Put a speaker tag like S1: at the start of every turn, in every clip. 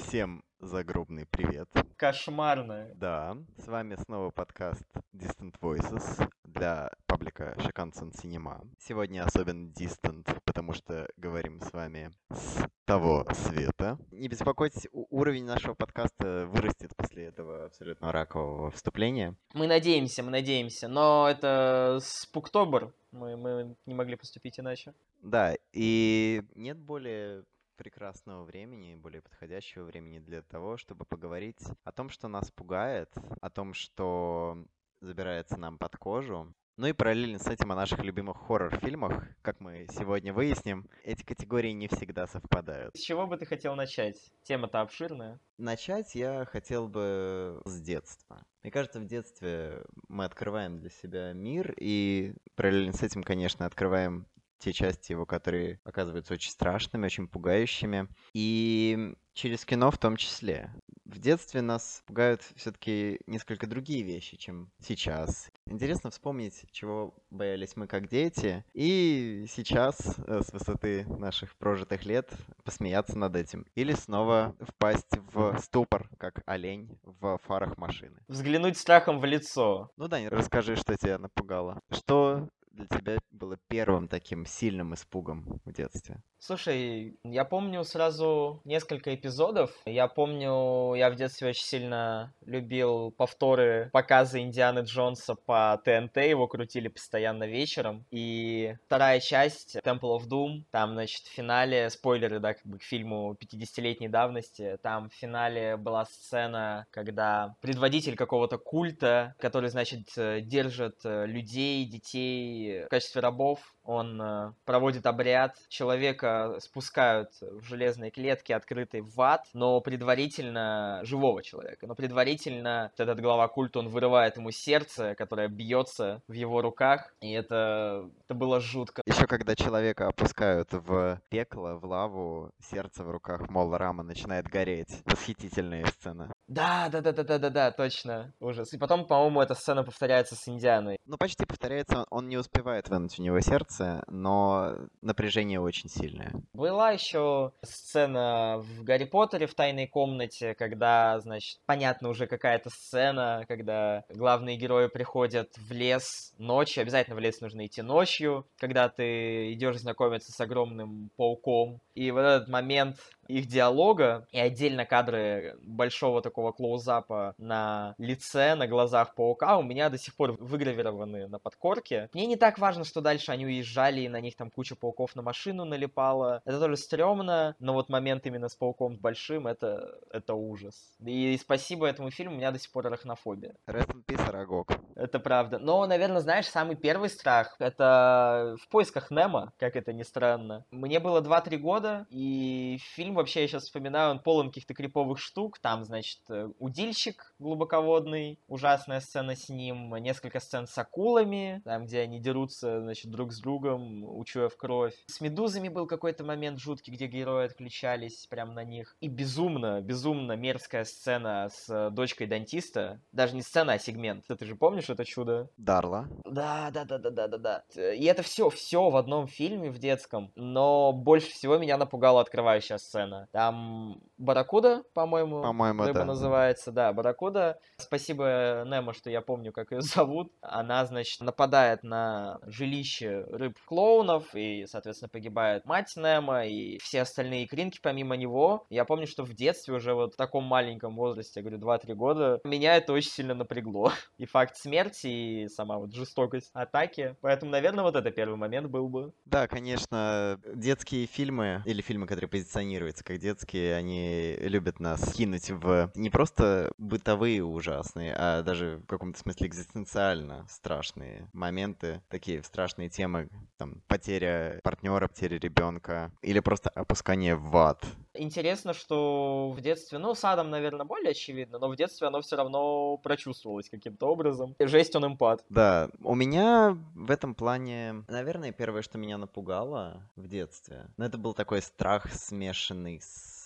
S1: Всем загробный привет.
S2: Кошмарно.
S1: Да, с вами снова подкаст Distant Voices для паблика Shikanshan Cinema. Сегодня особенно distant, потому что говорим с вами с того света. Не беспокойтесь, уровень нашего подкаста вырастет после этого абсолютно ракового вступления.
S2: Мы надеемся, но это спуктобер. Мы не могли поступить иначе.
S1: Да, и нет более прекрасного времени, более подходящего времени для того, чтобы поговорить о том, что нас пугает, о том, что забирается нам под кожу. Ну и параллельно с этим о наших любимых хоррор-фильмах. Как мы сегодня выясним, эти категории не всегда совпадают.
S2: С чего бы ты хотел начать? Тема-то обширная.
S1: Начать я хотел бы с детства. Мне кажется, в детстве мы открываем для себя мир, и параллельно с этим, конечно, открываем те части его, которые оказываются очень страшными, очень пугающими. И через кино в том числе. В детстве нас пугают все-таки несколько другие вещи, чем сейчас. Интересно вспомнить, чего боялись мы как дети, и сейчас, с высоты наших прожитых лет, посмеяться над этим. Или снова впасть в ступор, как олень в фарах машины.
S2: Взглянуть страхом в лицо.
S1: Ну, Дань, расскажи, что тебя напугало. Что для тебя было первым таким сильным испугом в детстве?
S2: Слушай, я помню сразу несколько эпизодов. Я помню, я в детстве очень сильно любил повторы показа Индианы Джонса по ТНТ. Его крутили постоянно вечером. И вторая часть, Temple of Doom, там, значит, в финале, спойлеры, да, как бы к фильму 50-летней давности, там в финале была сцена, когда предводитель какого-то культа, который, значит, держит людей, детей в качестве рабов, он проводит обряд, человека спускают в железные клетки, открытые в ад, но предварительно живого человека. Но предварительно этот глава культа, он вырывает ему сердце, которое бьется в его руках, и это было жутко.
S1: Еще когда человека опускают в пекло, в лаву, сердце в руках Молла Рама начинает гореть. Восхитительная сцена.
S2: Да, точно. Ужас. И потом, по-моему, эта сцена повторяется с Индианой.
S1: Ну, почти повторяется, он не успевает вынуть у него сердце, но напряжение очень сильное.
S2: Была еще сцена в Гарри Поттере в тайной комнате, когда, значит, понятно уже какая-то сцена, когда главные герои приходят в лес ночью, обязательно в лес нужно идти ночью, когда ты идешь знакомиться с огромным пауком, и вот этот момент их диалога и отдельно кадры большого такого клоузапа на лице, на глазах паука у меня до сих пор выгравированы на подкорке. Мне не так важно, что дальше они уезжали, и на них там куча пауков на машину налипала. Это тоже стрёмно, но вот момент именно с пауком большим, это ужас. И спасибо этому фильму, у меня до сих пор арахнофобия.
S1: Rest in peace, Арагог.
S2: Это правда. Но, наверное, знаешь, самый первый страх — это «В поисках Немо», как это ни странно. Мне было 2-3 года, и фильм, вообще, я сейчас вспоминаю, он полон каких-то криповых штук. Там, значит, удильщик глубоководный, ужасная сцена с ним, несколько сцен с акулами, там, где они дерутся, значит, друг с другом, учуяв кровь. С медузами был какой-то момент жуткий, где герои отключались прямо на них. И безумно мерзкая сцена с дочкой дантиста. Даже не сцена, а сегмент. Ты же помнишь это чудо?
S1: Дарла.
S2: Да. И это все в одном фильме в детском. Но больше всего меня напугала открывающая сцена. Там Барракуда, по-моему,
S1: По-моему,
S2: рыба
S1: да.
S2: называется. Да, Барракуда. Спасибо Немо, что я помню, как ее зовут. Она, значит, нападает на жилище рыб-клоунов, и, соответственно, погибает мать Немо и все остальные икринки помимо него. Я помню, что в детстве уже вот в таком маленьком возрасте, я говорю, 2-3 года, меня это очень сильно напрягло. И факт смерти, и сама вот жестокость атаки. Поэтому, наверное, вот это первый момент был бы.
S1: Да, конечно, детские фильмы, или фильмы, которые позиционируются как детские, они любят нас кинуть в не просто бытовые ужасные, а даже в каком-то смысле экзистенциально страшные моменты, такие страшные темы, там, потеря партнера, потеря ребенка, или просто опускание в ад.
S2: Интересно, что в детстве, ну, с Адом, наверное, более очевидно, но в детстве оно все равно прочувствовалось каким-то образом. Жесть, он эмпат.
S1: Да, у меня в этом плане, наверное, первое, что меня напугало в детстве, но это был такой страх, смешанный с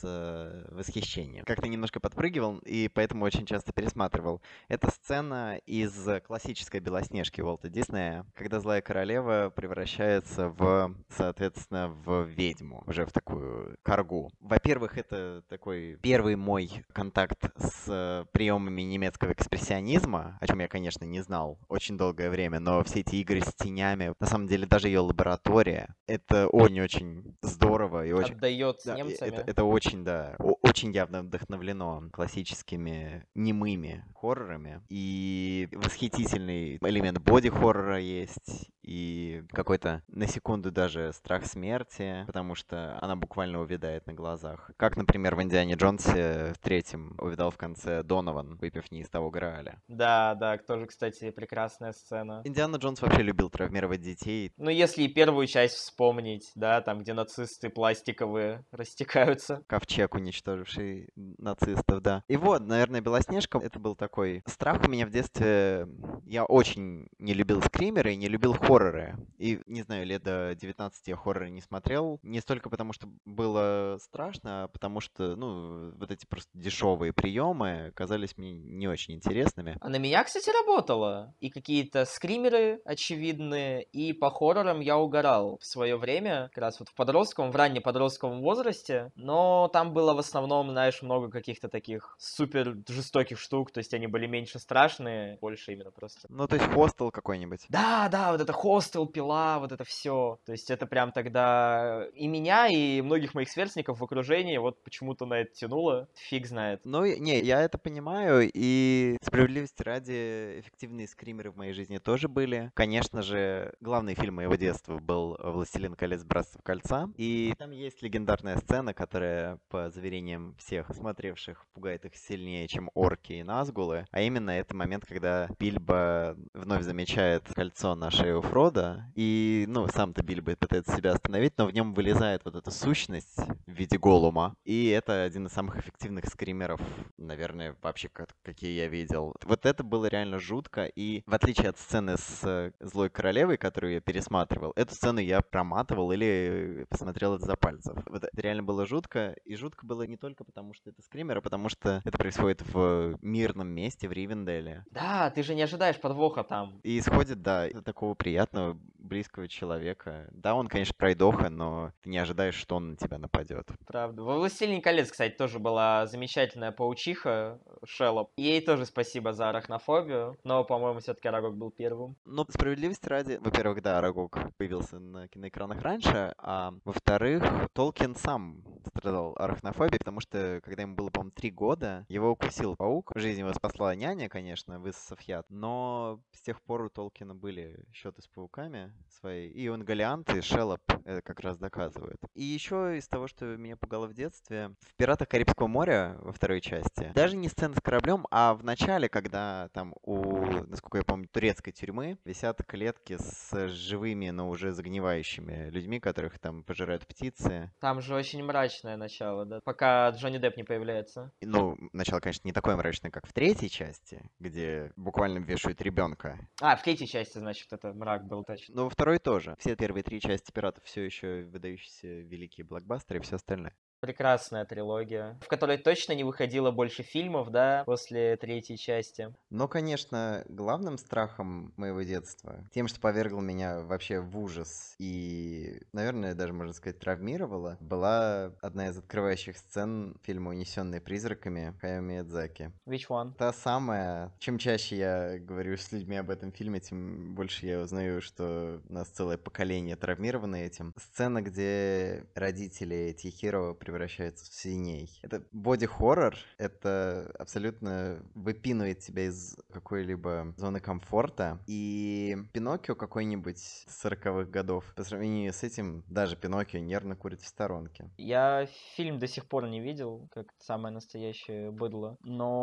S1: восхищением. Как-то немножко подпрыгивал и поэтому очень часто пересматривал. Это сцена из классической «Белоснежки» Уолта Диснея, когда злая королева превращается соответственно, в ведьму, уже в такую каргу. Во-первых, это такой первый мой контакт с приемами немецкого экспрессионизма, о чем я, конечно, не знал очень долгое время, но все эти игры с тенями, на самом деле даже ее лаборатория, это очень-очень здорово и очень...
S2: Отдает
S1: Да,
S2: немцами.
S1: это очень, да, очень явно вдохновлено классическими немыми хоррорами. И восхитительный элемент боди-хоррора есть, и какой-то на секунду даже страх смерти, потому что она буквально увядает на глазах. Как, например, в «Индиане Джонсе» в третьем увидал в конце Донован, выпив не из того Грааля.
S2: Да, да, тоже, кстати, прекрасная сцена.
S1: Индиана Джонс вообще любил травмировать детей.
S2: Ну, если и первую часть вспомнить, да, там, где нацисты пластиковые растекаются.
S1: Ковчег, уничтоживший нацистов, да. И вот, наверное, «Белоснежка» — это был такой страх у меня в детстве. Я очень не любил скримеры и не любил хорроры. И, не знаю, лет до 19 я хорроры не смотрел. Не столько потому, что было страшно, а потому что, ну, вот эти просто дешевые приемы казались мне не очень интересными.
S2: А на меня, кстати, работало. И какие-то скримеры очевидные, и по хоррорам я угорал в свое время, как раз вот в раннем подростковом возрасте, но там было в основном, знаешь, много каких-то таких супер жестоких штук, то есть они были меньше страшные, больше именно просто.
S1: Ну, то есть «Хостел» какой-нибудь.
S2: Да, да, вот это хостел, пила, вот это все. То есть это прям тогда и меня, и многих моих сверстников в окружении вот почему-то на это тянуло. Фиг знает.
S1: Ну, не, я это понимаю, и справедливости ради, эффективные скримеры в моей жизни тоже были. Конечно же, главный фильм моего детства был «Властелин колец. Братство кольца», и там есть легендарная сцена, которая, по заверениям всех смотревших, пугает их сильнее, чем орки и назгулы, а именно это момент, когда Бильбо вновь замечает кольцо на шее Фрода, и, ну, сам-то Бильбо пытается себя остановить, но в нем вылезает вот эта сущность в виде голума, и это один из самых эффективных скримеров, наверное, вообще, какие я видел. Вот это было реально жутко, и в отличие от сцены с Злой Королевой, которую я пересматривал, эту сцену я проматывал или посмотрел из-за пальцев. Вот это реально было жутко, и жутко было не только потому, что это скример, а потому что это происходит в мирном месте, в Ривенделе.
S2: Да, ты же не ожидаешь подвоха там.
S1: И исходит, да, из такого приятного, близкого человека. Да, он, конечно, пройдоха, но ты не ожидаешь, что он на тебя нападет.
S2: Правда. Во «Властелине колец», кстати, тоже была замечательная паучиха Шеллоп. Ей тоже спасибо за арахнофобию, но, по-моему, все-таки Арагог был первым.
S1: Но справедливости ради, во-первых, да, Арагог появился на киноэкранах раньше, а во-вторых, Толкин сам страдал арахнофобией, потому что, когда ему было, по-моему, 3 года, его укусил паук. В жизни его спасла няня, конечно, высосав яд, но с тех пор у Толкина были счеты с пауками свои, и он Голиант, и Шеллоп это как раз доказывают. И еще из того, что меня пугало в детстве, в «Пиратах Карибского моря» во второй части, даже не сцена с кораблем, а в начале, когда там насколько я помню, турецкой тюрьмы висят клетки с живыми, но уже загнивающими людьми, которых там пожирают птицы.
S2: Там же очень мрачное начало, да, пока Джонни Депп не появляется.
S1: Ну, начало, конечно, не такое мрачное, как в третьей части, где буквально вешают ребенка.
S2: А, в третьей части, значит, это мрак был точно.
S1: Но во второй тоже. Все первые 3 части «Пиратов» все еще выдающиеся великие блокбастеры и все остальное.
S2: Прекрасная трилогия, в которой точно не выходило больше фильмов, да, после третьей части.
S1: Но, конечно, главным страхом моего детства, тем, что повергло меня вообще в ужас и, наверное, даже, можно сказать, травмировало, была одна из открывающих сцен фильма «Унесенные призраками» Хаяо Миядзаки.
S2: Which one?
S1: Та самая. Чем чаще я говорю с людьми об этом фильме, тем больше я узнаю, что у нас целое поколение травмировано этим. Сцена, где родители Тихиро превращаются в свиней. Это боди-хоррор, это абсолютно выпинывает тебя из какой-либо зоны комфорта. И Пиноккио какой-нибудь с 40-х годов, по сравнению с этим, даже Пиноккио нервно курит в сторонке.
S2: Я фильм до сих пор не видел, как самое настоящее быдло,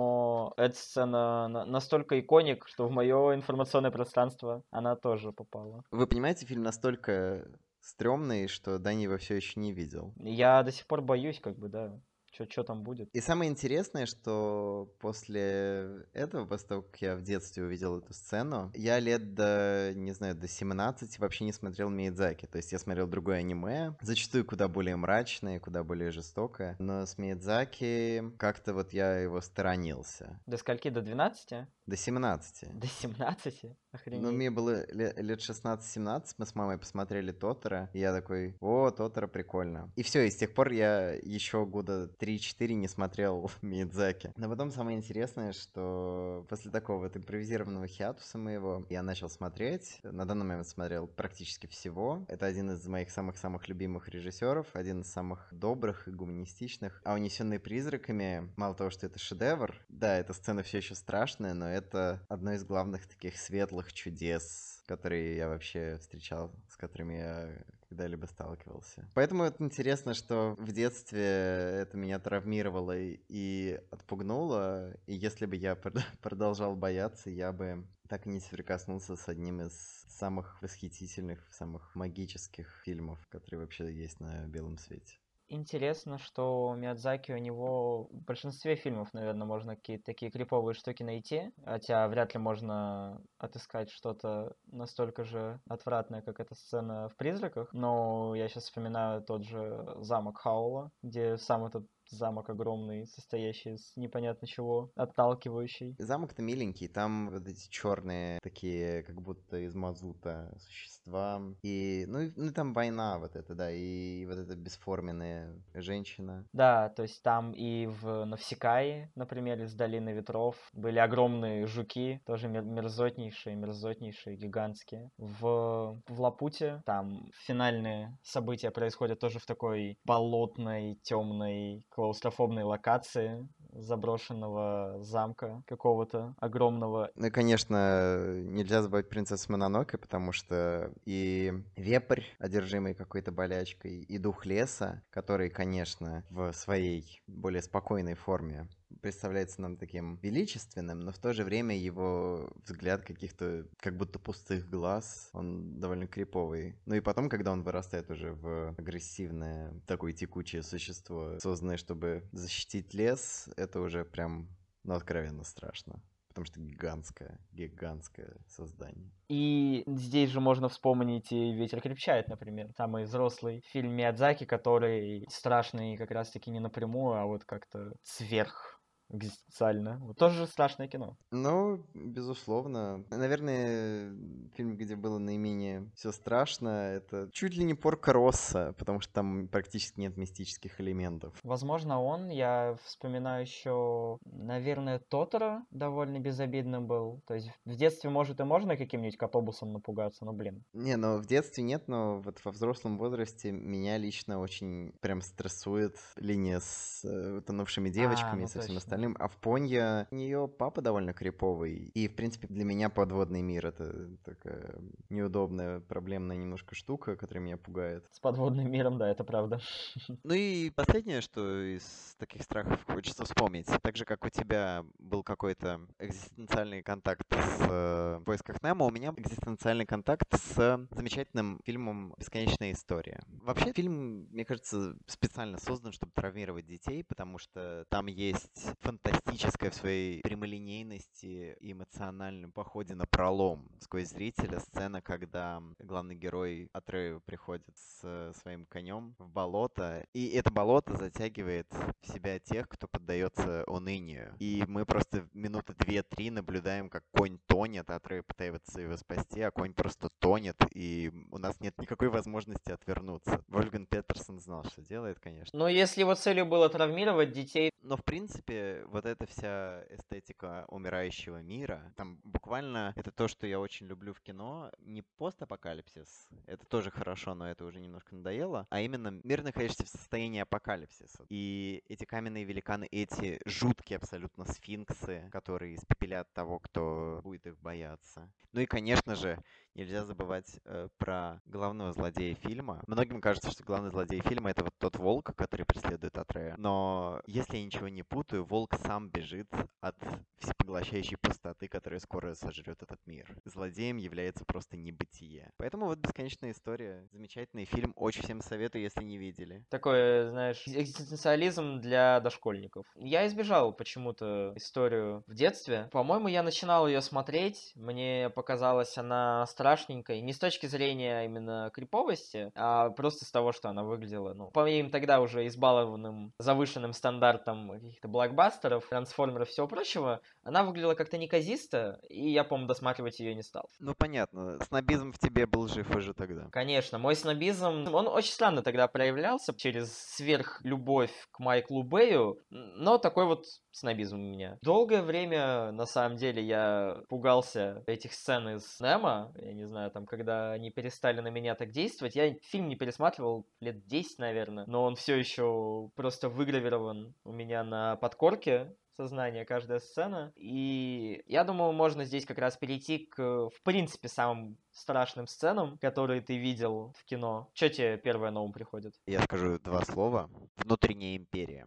S2: но эта сцена настолько иконик, что в мое информационное пространство она тоже попала.
S1: Вы понимаете, фильм настолько стрёмный, что Дани его все еще не видел.
S2: Я до сих пор боюсь, как бы, да. что там будет.
S1: И самое интересное, что после этого, после того, как я в детстве увидел эту сцену, я лет до, не знаю, до 17 вообще не смотрел Миядзаки. То есть я смотрел другое аниме, зачастую куда более мрачное, куда более жестокое. Но с Миядзаки как-то вот я его сторонился.
S2: До скольки? До 12?
S1: До 17.
S2: До 17?
S1: Ну,
S2: Охренеть.
S1: мне было лет 16-17, мы с мамой посмотрели Тотора, и я такой, о, Тотора прикольно. И все, и с тех пор я еще года 3-4 не смотрел Миядзаки. Но потом самое интересное, что после такого вот импровизированного хиатуса моего я начал смотреть. На данный момент смотрел практически всего. Это один из моих самых-самых любимых режиссеров, один из самых добрых и гуманистичных. А «Унесенные призраками», мало того, что это шедевр, да, эта сцена все еще страшная, но это одно из главных таких светлых чудес, которые я вообще встречал, с которыми я когда-либо сталкивался. Поэтому это интересно, что в детстве это меня травмировало и отпугнуло, и если бы я продолжал бояться, я бы так и не соприкоснулся с одним из самых восхитительных, самых магических фильмов, которые вообще есть на белом свете.
S2: Интересно, что Миядзаки, у него в большинстве фильмов, наверное, можно какие-то такие криповые штуки найти, хотя вряд ли можно отыскать что-то настолько же отвратное, как эта сцена в «Призраках», но я сейчас вспоминаю тот же замок Хаула, где сам этот замок огромный, состоящий из непонятно чего, отталкивающий.
S1: Замок-то миленький, там вот эти черные такие, как будто из мазута существа. И, ну и там война вот эта, да, и вот эта бесформенная женщина.
S2: Да, то есть там и в Навсекае, например, из «Долины ветров» были огромные жуки, тоже мерзотнейшие, гигантские. В Лапуте там финальные события происходят тоже в такой болотной, темной, клаустрофобной локации заброшенного замка какого-то огромного.
S1: Ну и, конечно, нельзя забывать принцессу Мононоке, потому что и вепрь, одержимый какой-то болячкой, и дух леса, который, конечно, в своей более спокойной форме представляется нам таким величественным, но в то же время его взгляд каких-то как будто пустых глаз, он довольно криповый. Ну и потом, когда он вырастает уже в агрессивное, такое текучее существо, созданное, чтобы защитить лес, это уже прям, ну, откровенно страшно. Потому что гигантское создание.
S2: И здесь же можно вспомнить и «Ветер крепчает», например. Самый взрослый фильм Миядзаки, который страшный как раз-таки не напрямую, а вот как-то сверх экзистенциально. Вот тоже страшное кино.
S1: Ну, безусловно. Наверное, фильм, где было наименее все страшно, это чуть ли не «Порко Россо», потому что там практически нет мистических элементов.
S2: Возможно, я вспоминаю еще, наверное, Тотора довольно безобидным был. То есть в детстве, может, и можно каким-нибудь котобусом напугаться, но, блин.
S1: Не, ну в детстве нет, но вот во взрослом возрасте меня лично очень прям стрессует линия с утонувшими девочками и
S2: Ну
S1: со всем
S2: точно.
S1: остальным. А в Понья у нее папа довольно криповый. И, в принципе, для меня подводный мир — это такая неудобная, проблемная немножко штука, которая меня пугает.
S2: С подводным миром, да, это правда.
S1: Ну и последнее, что из таких страхов хочется вспомнить. Так же, как у тебя был какой-то экзистенциальный контакт с «В поисках Немо», у меня экзистенциальный контакт с замечательным фильмом «Бесконечная история». Вообще, фильм, мне кажется, специально создан, чтобы травмировать детей, потому что там есть фантастическая в своей прямолинейности и эмоциональном походе на пролом сквозь зрителя сцена, когда главный герой Атрею приходит с своим конем в болото, и это болото затягивает в себя тех, кто поддается унынию. И мы просто минуты 2-3 наблюдаем, как конь тонет, а Атрей пытается его спасти, а конь просто тонет, и у нас нет никакой возможности отвернуться. Вольфган Петерсон знал, что делает, конечно.
S2: Но если его целью было травмировать детей.
S1: Но, в принципе, вот эта вся эстетика умирающего мира, там буквально это то, что я очень люблю в кино, не постапокалипсис, это тоже хорошо, но это уже немножко надоело, а именно мир, находящийся в состоянии апокалипсиса. И эти каменные великаны, эти жуткие абсолютно сфинксы, которые испепелят того, кто будет их бояться. Ну и, конечно же, нельзя забывать про главного злодея фильма. Многим кажется, что главный злодей фильма — это вот тот волк, который преследует Атрея. Но если я ничего не путаю, волк волк сам бежит от всепоглощающей пустоты, которая скоро сожрет этот мир. Злодеем является просто небытие. Поэтому вот «Бесконечная история». Замечательный фильм, очень всем советую, если не видели.
S2: Такой, знаешь, экзистенциализм для дошкольников. Я избежал почему-то историю в детстве. По-моему, я начинал ее смотреть, мне показалась она страшненькой. Не с точки зрения именно криповости, а просто с того, что она выглядела, ну, по моим тогда уже избалованным, завышенным стандартам каких-то блокбастеров, трансформеров и всего прочего, она выглядела как-то неказисто, и я, по-моему, досматривать ее не стал.
S1: Ну, понятно, снобизм в тебе был жив уже тогда.
S2: Конечно, мой снобизм, он очень странно тогда проявлялся через сверхлюбовь к Майклу Бэю, но такой вот снобизм у меня. Долгое время, на самом деле, я пугался этих сцен из Немо, я не знаю, там, когда они перестали на меня так действовать. Я фильм не пересматривал лет 10, наверное, но он все еще просто выгравирован у меня на подкорке сознания каждая сцена. И я думаю, можно здесь как раз перейти к, в принципе, самым страшным сценам, которые ты видел в кино. Что тебе первое на ум приходит?
S1: Я скажу два слова. «Внутренняя империя».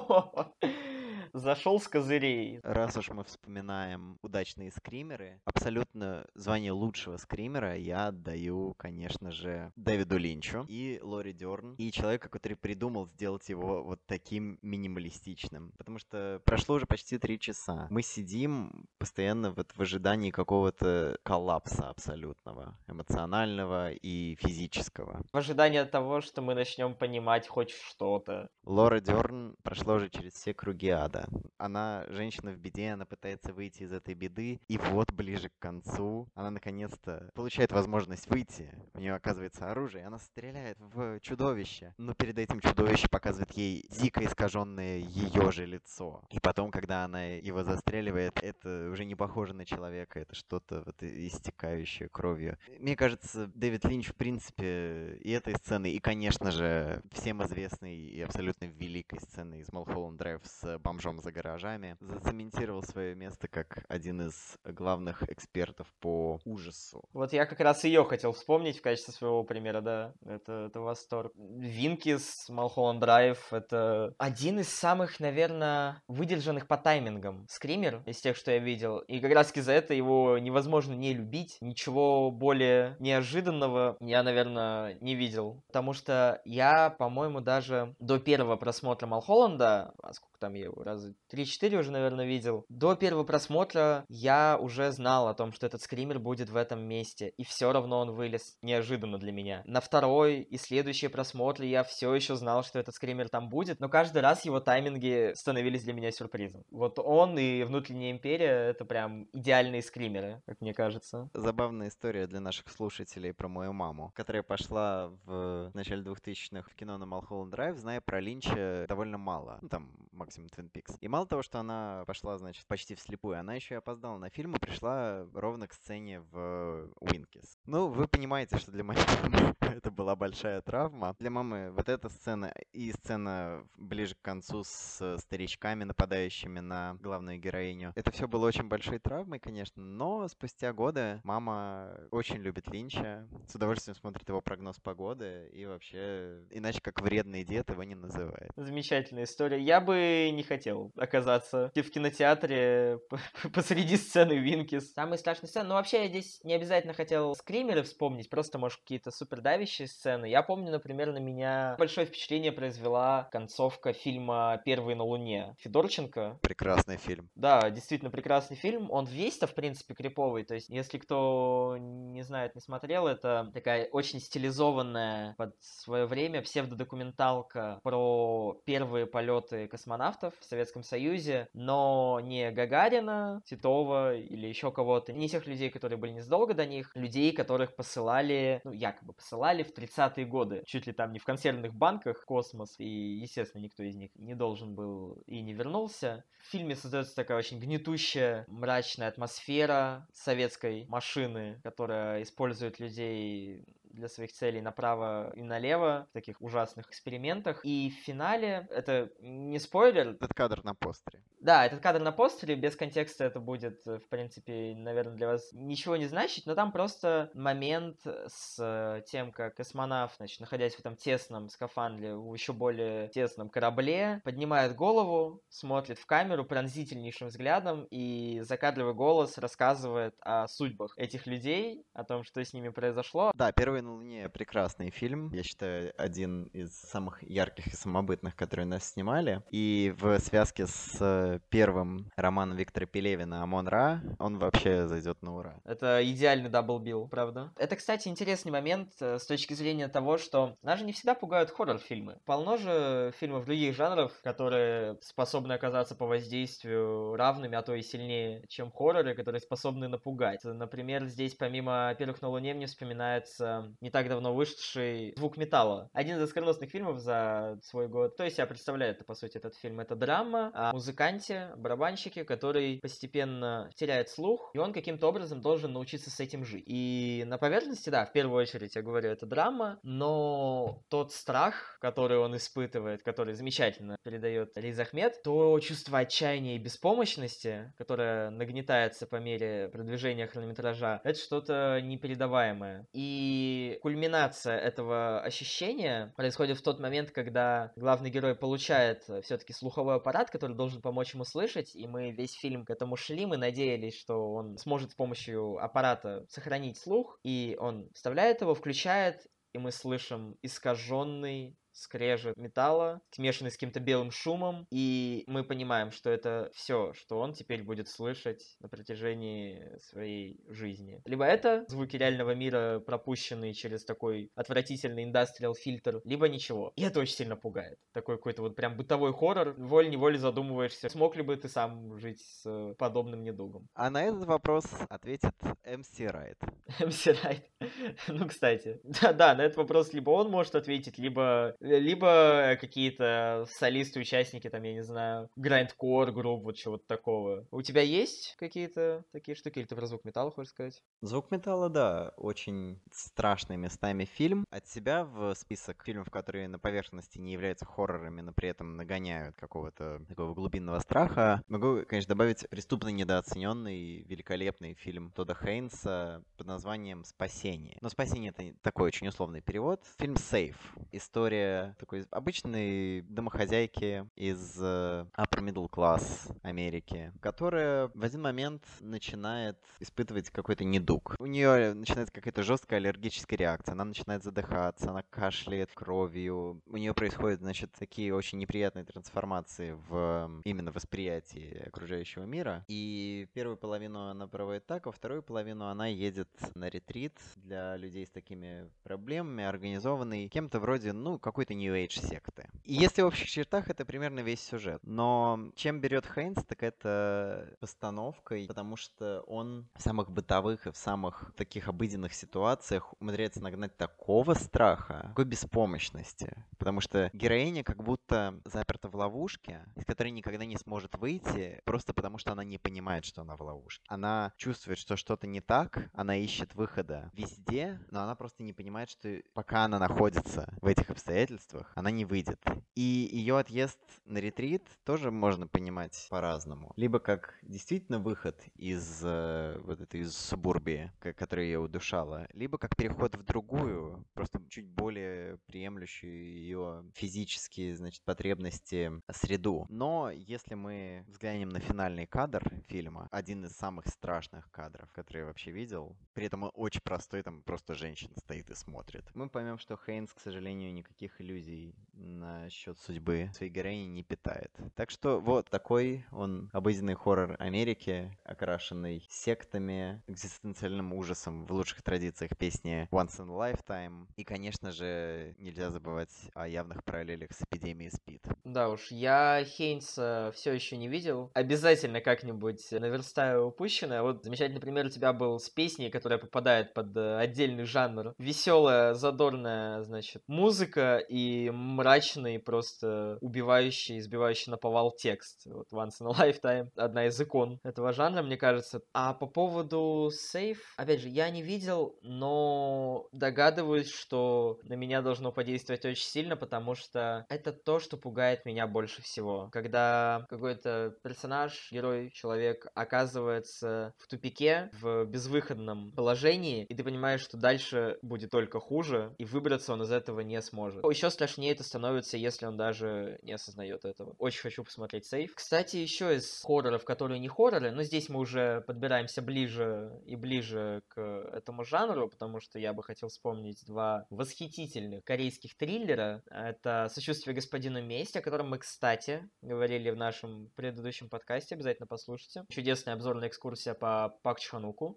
S2: Зашел с козырей.
S1: Раз уж мы вспоминаем удачные скримеры, абсолютно звание лучшего скримера я отдаю, конечно же, Дэвиду Линчу и Лори Дерн, и человеку, который придумал сделать его вот таким минималистичным. Потому что прошло уже почти 3 часа. Мы сидим постоянно вот в ожидании какого-то коллапса абсолютного, эмоционального и физического.
S2: В ожидании того, что мы начнем понимать хоть что-то.
S1: Лора Дерн прошла уже через все круги ада. Она женщина в беде, она пытается выйти из этой беды, и вот ближе к концу она наконец-то получает возможность выйти. У нее оказывается оружие, и она стреляет в чудовище. Но перед этим чудовище показывает ей дико искаженное ее же лицо. И потом, когда она его застреливает, это уже не похоже на человека, это что-то вот истекающее кровью. Мне кажется, Дэвид Линч, в принципе, и этой сцены, и, конечно же, всем известной и абсолютно великой сцены из Малхолланд Драйв с бомжом за гаражами, зацементировал свое место как один из главных экспертов по ужасу.
S2: Вот я как раз ее хотел вспомнить в качестве своего примера, да. Это восторг. Винкис, Малхолланд Драйв — это один из самых, наверное, выдержанных по таймингам скример из тех, что я видел. И как раз-таки за это его невозможно не любить. Ничего более неожиданного я, наверное, не видел. Потому что я, по-моему, даже до первого просмотра Малхолланда, а сколько там я его, раза 3-4 уже, наверное, видел, до первого просмотра я уже знал о том, что этот скример будет в этом месте, и все равно он вылез неожиданно для меня. На второй и следующие просмотры я все еще знал, что этот скример там будет, но каждый раз его тайминги становились для меня сюрпризом. Вот он и «Внутренняя империя» — это прям идеальные скримеры, как мне кажется.
S1: Забавная история для наших слушателей про мою маму, которая пошла в начале 2000-х в кино на Малхолланд Драйв, зная про Линча довольно мало. Ну, там, максимум Twin Peaks. И мало того, что она пошла, значит, почти вслепую, она еще и опоздала на фильм и пришла ровно к сцене в Уинкис. Ну, вы понимаете, что для моей мамы это была большая травма. Для мамы вот эта сцена и сцена ближе к концу с старичками, нападающими на главную героиню. Это все было очень большой травмой, конечно, но спустя годы мама очень любит Линча, с удовольствием смотрит его прогноз погоды и вообще, иначе как вредный дед, его не называет.
S2: Замечательная история. Я бы не хотел оказаться в кинотеатре посреди сцены Винкис. Самые страшные сцены. Но вообще я здесь не обязательно хотел скримеры вспомнить, просто, может, какие-то супер давящие сцены. Я помню, например, на меня большое впечатление произвела концовка фильма «Первый на Луне» Федорченко.
S1: Прекрасный фильм.
S2: Да, действительно прекрасный фильм. Он весь-то, в принципе, криповый. То есть, если кто не знает, не смотрел, это такая очень стилизованная под свое время псевдодокументалка про первые полеты космонавтов в Советском Союзе, но не Гагарина, Титова или еще кого-то, не тех людей, которые были незадолго до них, людей, которых посылали, ну, якобы посылали в 30-е годы, чуть ли там не в консервных банках в космос, и, естественно, никто из них не должен был и не вернулся. В фильме создается такая очень гнетущая, мрачная атмосфера советской машины, которая использует людей для своих целей направо и налево в таких ужасных экспериментах. И в финале, это не спойлер,
S1: Этот кадр на постере.
S2: да, этот кадр на постере, без контекста это будет, в принципе, наверное, для вас ничего не значить, но там просто момент с тем, как космонавт, значит, находясь в этом тесном скафандре, в еще более тесном корабле, поднимает голову, смотрит в камеру пронзительнейшим взглядом и закадровый голос рассказывает о судьбах этих людей, о том, что с ними произошло.
S1: Да, «Первый на Луне» — прекрасный фильм. Я считаю, один из самых ярких и самобытных, которые нас снимали. И в связке с первым романом Виктора Пелевина «Амон-Ра» он вообще зайдет на ура.
S2: Это идеальный даблбилл, правда? Это, кстати, интересный момент с точки зрения того, что нас же не всегда пугают хоррор-фильмы. Полно же фильмов других жанров, которые способны оказаться по воздействию равными, а то и сильнее, чем хорроры, которые способны напугать. Например, здесь помимо «Первых на Луне» мне вспоминается не так давно вышедший «Звук металла». Один из оскароносных фильмов за свой год. То есть я представляю это, по сути, этот фильм. Это драма о музыканте, барабанщике, который постепенно теряет слух, и он каким-то образом должен научиться с этим жить. И на поверхности, да, в первую очередь, я говорю, это драма, но тот страх, который он испытывает, который замечательно передает Риз Ахмед, то чувство отчаяния и беспомощности, которое нагнетается по мере продвижения хронометража, это что-то непередаваемое. И кульминация этого ощущения происходит в тот момент, когда главный герой получает все-таки слуховой аппарат, который должен помочь ему слышать, и мы весь фильм к этому шли, мы надеялись, что он сможет с помощью аппарата сохранить слух, и он вставляет его, включает, и мы слышим искаженный скрежет металла, смешанный с каким-то белым шумом, и мы понимаем, что это все, что он теперь будет слышать на протяжении своей жизни. Либо это звуки реального мира, пропущенные через такой отвратительный индастриал фильтр, либо ничего. И это очень сильно пугает. Такой какой-то вот прям бытовой хоррор. Волей-неволей задумываешься, смог ли бы ты сам жить с подобным недугом.
S1: А на этот вопрос ответит МС Райт.
S2: МС Райт. Ну, кстати. Да, на этот вопрос либо он может ответить, либо какие-то солисты, участники, там, я не знаю, грайндкор групп, вот чего-то такого. У тебя есть какие-то такие штуки? Или ты про звук металла хочешь сказать?
S1: «Звук металла», да, очень страшный местами фильм. От себя в список фильмов, которые на поверхности не являются хоррорами, но при этом нагоняют какого-то такого глубинного страха, могу, конечно, добавить преступно недооцененный, великолепный фильм Тодда Хейнса под названием «Спасение». Но «Спасение» — это такой очень условный перевод. Фильм «Сейф». История такой обычной домохозяйки из upper middle class Америки, которая в один момент начинает испытывать какой-то недуг. У нее начинается какая-то жесткая аллергическая реакция, она начинает задыхаться, она кашляет кровью. У нее происходят, значит, такие очень неприятные трансформации в именно восприятии окружающего мира. И первую половину она проводит так, а вторую половину она едет на ретрит для людей с такими проблемами, организованный кем-то вроде, ну, какой-то New Age секты. И если в общих чертах, это примерно весь сюжет. Но чем берет Хейнс, так это постановкой, потому что он в самых бытовых и в самых таких обыденных ситуациях умудряется нагнать такого страха, такой беспомощности. Потому что героиня как будто заперта в ловушке, из которой никогда не сможет выйти, просто потому что она не понимает, что она в ловушке. Она чувствует, что что-то не так, она ищет выхода везде, но она просто не понимает, что пока она находится в этих обстоятельствах, она не выйдет. И ее отъезд на ретрит тоже можно понимать по-разному. Либо как действительно выход из вот этой из субурбии, которая ее удушала, либо как переход в другую, просто чуть более приемлющую ее физические, значит, потребности среду. Но если мы взглянем на финальный кадр фильма, один из самых страшных кадров, который я вообще видел, при этом он очень простой, там просто женщина стоит и смотрит, мы поймем, что Хейнс, к сожалению, никаких иллюзий насчет судьбы своей героини не питает. Так что вот такой он обыденный хоррор Америки, окрашенный сектами, экзистенциальным ужасом в лучших традициях песни Once in a Lifetime. И, конечно же, нельзя забывать о явных параллелях с эпидемией СПИД.
S2: Да уж, я Хейнса все еще не видел. Обязательно как-нибудь наверстаю упущенное. Вот замечательный пример у тебя был с песней, которая попадает под отдельный жанр. Веселая, задорная, значит, музыка и мрачный, просто убивающий, избивающий наповал текст. Вот Once in a Lifetime — одна из икон этого жанра, мне кажется. А по поводу Safe, опять же, я не видел, но догадываюсь, что на меня должно подействовать очень сильно, потому что это то, что пугает меня больше всего. Когда какой-то персонаж, герой, человек оказывается в тупике, в безвыходном положении, и ты понимаешь, что дальше будет только хуже, и выбраться он из этого не сможет. Еще страшнее это становится, если он даже не осознает этого. Очень хочу посмотреть Сейф. Кстати, еще из хорроров, которые не хорроры, но здесь мы уже подбираемся ближе и ближе к этому жанру, потому что я бы хотел вспомнить два восхитительных корейских триллера. Это «Сочувствие господину Месть», о котором мы, кстати, говорили в нашем предыдущем подкасте, обязательно послушайте. Чудесная обзорная экскурсия по Пак Чхануку.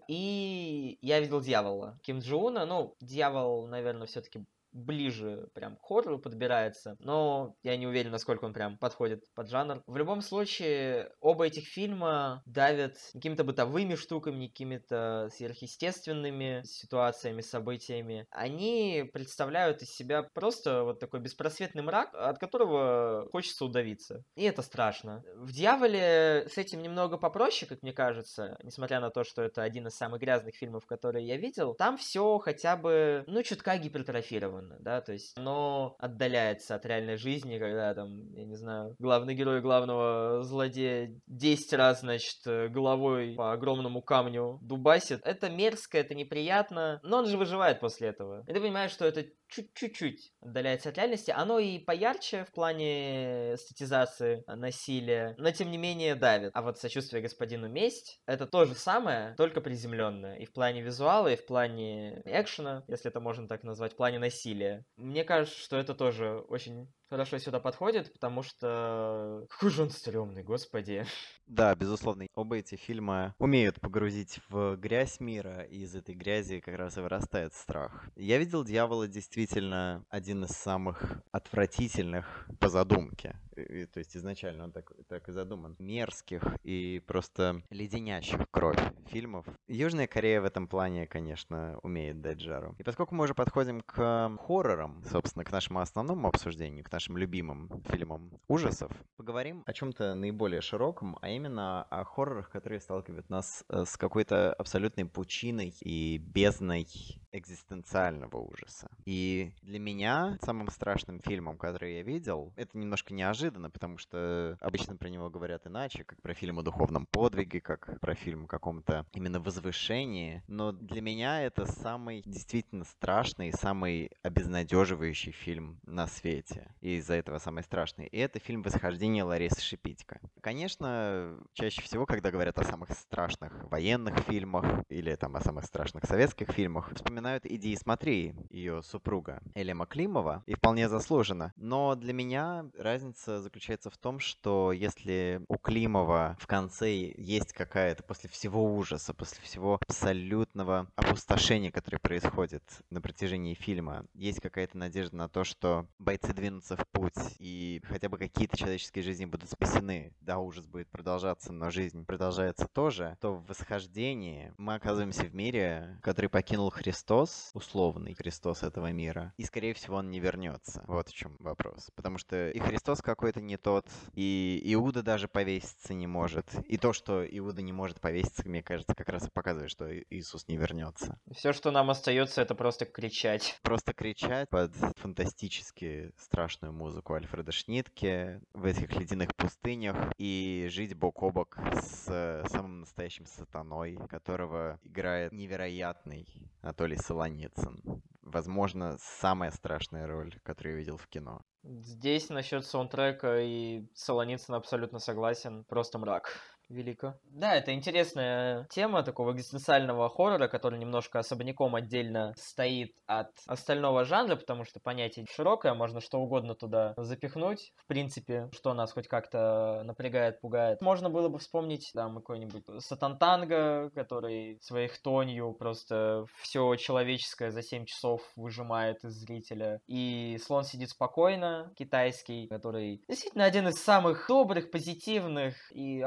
S2: И «Я видел дьявола» Ким Джо Уна. Ну, дьявол, наверное, все-таки ближе прям к хоррору подбирается, но я не уверен, насколько он прям подходит под жанр. В любом случае, оба этих фильма давят какими-то бытовыми штуками, какими-то сверхъестественными ситуациями, событиями. Они представляют из себя просто вот такой беспросветный мрак, от которого хочется удавиться. И это страшно. В «Дьяволе» с этим немного попроще, как мне кажется, несмотря на то, что это один из самых грязных фильмов, которые я видел. Там все хотя бы, ну, чутка гипертрофировано, да, то есть оно отдаляется от реальной жизни, когда там, я не знаю, главный герой главного злодея 10 раз, значит, головой по огромному камню дубасит. Это мерзко, это неприятно, но он же выживает после этого. И ты понимаешь, что это чуть-чуть отдаляется от реальности. Оно и поярче в плане эстетизации насилия, но тем не менее давит. А вот «Сочувствие господину Месть» — это то же самое, только приземленное. И в плане визуала, и в плане экшена, если это можно так назвать, в плане насилия. Мне кажется, что это тоже очень хорошо сюда подходит, потому что... Какой же он стрёмный, господи.
S1: Да, безусловно, оба эти фильма умеют погрузить в грязь мира, и из этой грязи как раз и вырастает страх. Я видел «Дьявола» действительно один из самых отвратительных по задумке. То есть изначально он так и задуман. Мерзких и просто леденящих кровь фильмов. Южная Корея в этом плане, конечно, умеет дать жару. И поскольку мы уже подходим к хоррорам, собственно, к нашему основному обсуждению, к нашим любимым фильмам ужасов, поговорим о чем-то наиболее широком, а именно о хоррорах, которые сталкивают нас с какой-то абсолютной пучиной и бездной экзистенциального ужаса. И для меня самым страшным фильмом, который я видел, это немножко неожиданно, потому что обычно про него говорят иначе, как про фильм о духовном подвиге, как про фильм о каком-то именно возвышении. Но для меня это самый действительно страшный, самый обезнадеживающий фильм на свете. И из-за этого самый страшный. И это фильм «Восхождение» Ларисы Шипитько. Конечно, чаще всего, когда говорят о самых страшных военных фильмах или там о самых страшных советских фильмах, вспоминают «Иди и смотри», ее супруга Элема Климова, и вполне заслуженно. Но для меня разница заключается в том, что если у Климова в конце есть какая-то, после всего ужаса, после всего абсолютного опустошения, которое происходит на протяжении фильма, есть какая-то надежда на то, что бойцы двинутся в путь, и хотя бы какие-то человеческие жизни будут спасены. Да, ужас будет продолжаться, но жизнь продолжается тоже, то в «Восхождении» мы оказываемся в мире, который покинул Христос, условный Христос этого мира, и, скорее всего, он не вернется. Вот в чем вопрос. Потому что и Христос какой-то не тот, и Иуда даже повеситься не может. И то, что Иуда не может повеситься, мне кажется, как раз и показывает, что Иисус не вернется.
S2: Все, что нам остается, это просто кричать.
S1: Просто кричать под фантастически страшную музыку Альфреда Шнитке в этих ледяных пустынях и жить бок о бок с самым настоящим сатаной, которого играет невероятный Анатолий Солоницын. Возможно, самая страшная роль, которую я видел в кино.
S2: Здесь насчет саундтрека и Солоницын абсолютно согласен. Просто мрак. Велико. Да, это интересная тема такого экзистенциального хоррора, который немножко особняком отдельно стоит от остального жанра, потому что понятие широкое, можно что угодно туда запихнуть. В принципе, что нас хоть как-то напрягает, пугает. Можно было бы вспомнить там какой-нибудь Сатантанго, который своей хтонью просто все человеческое за 7 часов выжимает из зрителя. И «Слон сидит спокойно», китайский, который действительно один из самых добрых, позитивных и абсолютно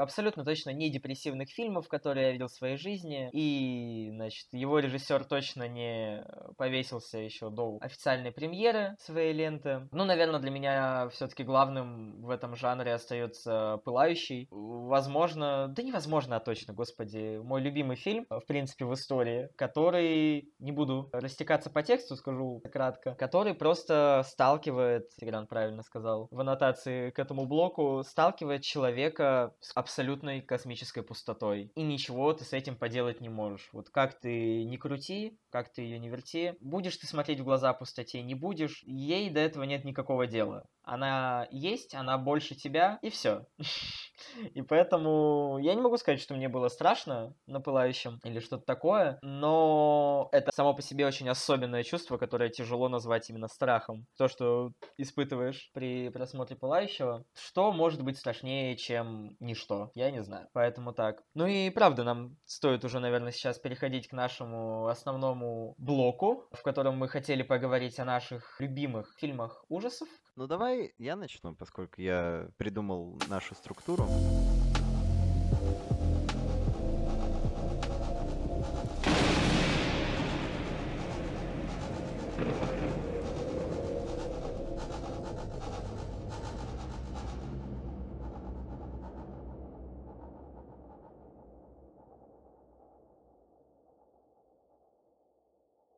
S2: точно не депрессивных фильмов, которые я видел в своей жизни. И, значит, его режиссер точно не повесился еще до официальной премьеры своей ленты. Ну, наверное, для меня все-таки главным в этом жанре остается «Пылающий». Возможно, да невозможно, а точно, господи, мой любимый фильм, в принципе, в истории, который, не буду растекаться по тексту, скажу кратко, который просто сталкивает, Тигран правильно сказал, в аннотации к этому блоку, сталкивает человека с абсолютной космической пустотой. И ничего ты с этим поделать не можешь. Вот как ты не крути, как ты ее не верти, будешь ты смотреть в глаза пустоте, не будешь, ей до этого нет никакого дела. Она есть, она больше тебя, и все. И поэтому я не могу сказать, что мне было страшно на «Пылающем» или что-то такое, но это само по себе очень особенное чувство, которое тяжело назвать именно страхом. То, что испытываешь при просмотре «Пылающего», что может быть страшнее, чем ничто? Я не знаю. Поэтому так. Ну и правда, нам стоит уже, наверное, сейчас переходить к нашему основному блоку, в котором мы хотели поговорить о наших любимых фильмах ужасов.
S1: Ну давай я начну, поскольку я придумал нашу структуру.